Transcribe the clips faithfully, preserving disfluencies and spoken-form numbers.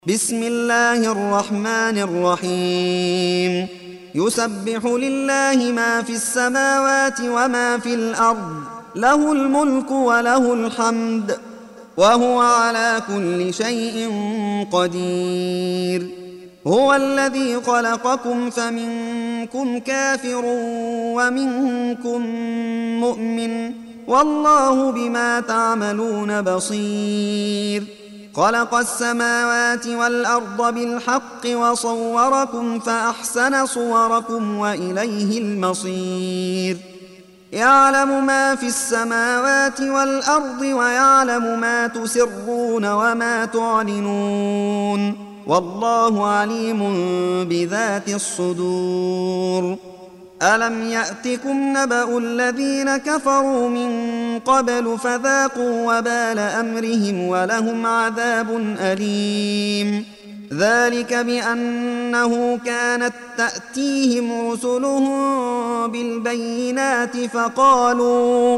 بسم الله الرحمن الرحيم يسبح لله ما في السماوات وما في الأرض له الملك وله الحمد وهو على كل شيء قدير هو الذي خلقكم فمنكم كافر ومنكم مؤمن والله بما تعملون بصير خلق السماوات والأرض بالحق وصوركم فأحسن صوركم وإليه المصير يعلم ما في السماوات والأرض ويعلم ما تسرون وما تعلنون والله عليم بذات الصدور ألم يأتكم نبأ الذين كفروا من قبل فذاقوا وبال أمرهم ولهم عذاب أليم ذلك بأنه كانت تأتيهم رسلهم بالبينات فقالوا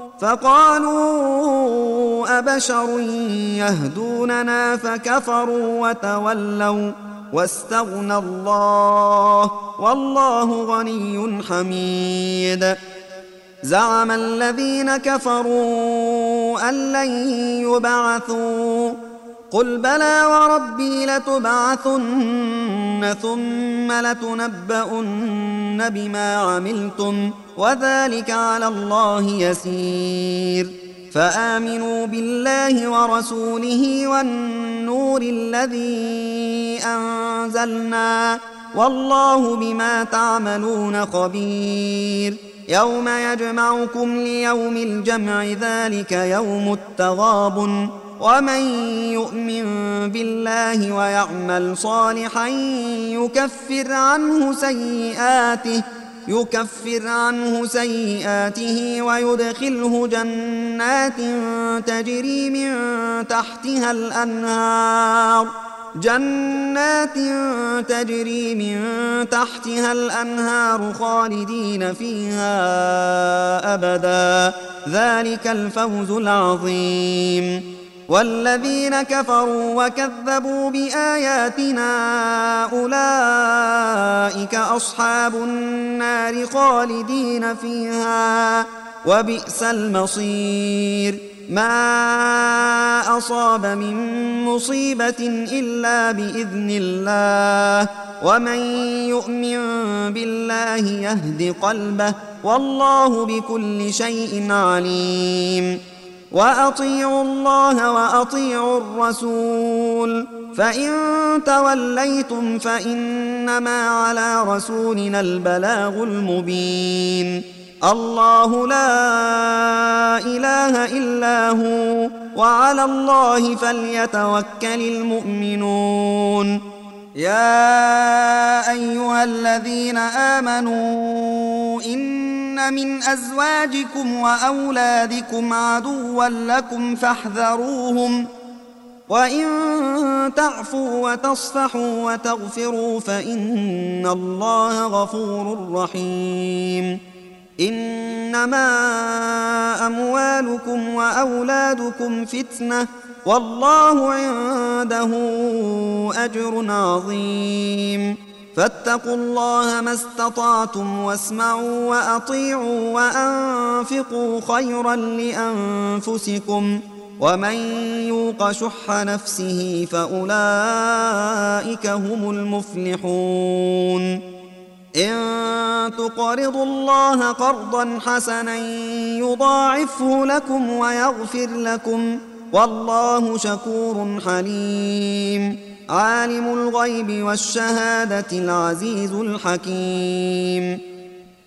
فقالوا أبشر يهدوننا فكفروا وتولوا واستغنى الله والله غني حميد زعم الذين كفروا أن لن يبعثوا قل بلى وربي لتبعثن ثم لتنبؤن بما عملتم وذلك على الله يسير فآمنوا بالله ورسوله والنور الذي أنزلنا والله بما تعملون خبير يوم يجمعكم ليوم الجمع ذلك يوم التغابن ومن يؤمن بالله ويعمل صالحا يكفر عنه سيئاته يكفر عنه سيئاته ويدخله جنات تجري من تحتها الأنهار جنات تجري من تحتها الأنهار خالدين فيها أبدا ذلك الفوز العظيم والذين كفروا وكذبوا بآياتنا أولئك أصحاب النار خالدين فيها وبئس المصير ما أصاب من مصيبة إلا بإذن الله ومن يؤمن بالله يهد قلبه والله بكل شيء عليم وأطيعوا الله وأطيعوا الرسول فإن توليتم فإنما على رسولنا البلاغ المبين الله لا إله إلا هو وعلى الله فليتوكل المؤمنون يا أيها الذين آمنوا إن من أزواجكم وأولادكم عدوا لكم فاحذروهم وإن تعفوا وتصفحوا وتغفروا فإن الله غفور رحيم إنما أموالكم وأولادكم فتنة والله عنده أجر عظيم فاتقوا الله ما استطعتم واسمعوا وأطيعوا وأنفقوا خيرا لأنفسكم ومن يوق شح نفسه فأولئك هم المفلحون إن تقرضوا الله قرضا حسنا يضاعفه لكم ويغفر لكم والله شكور حليم عالم الغيب والشهادة العزيز الحكيم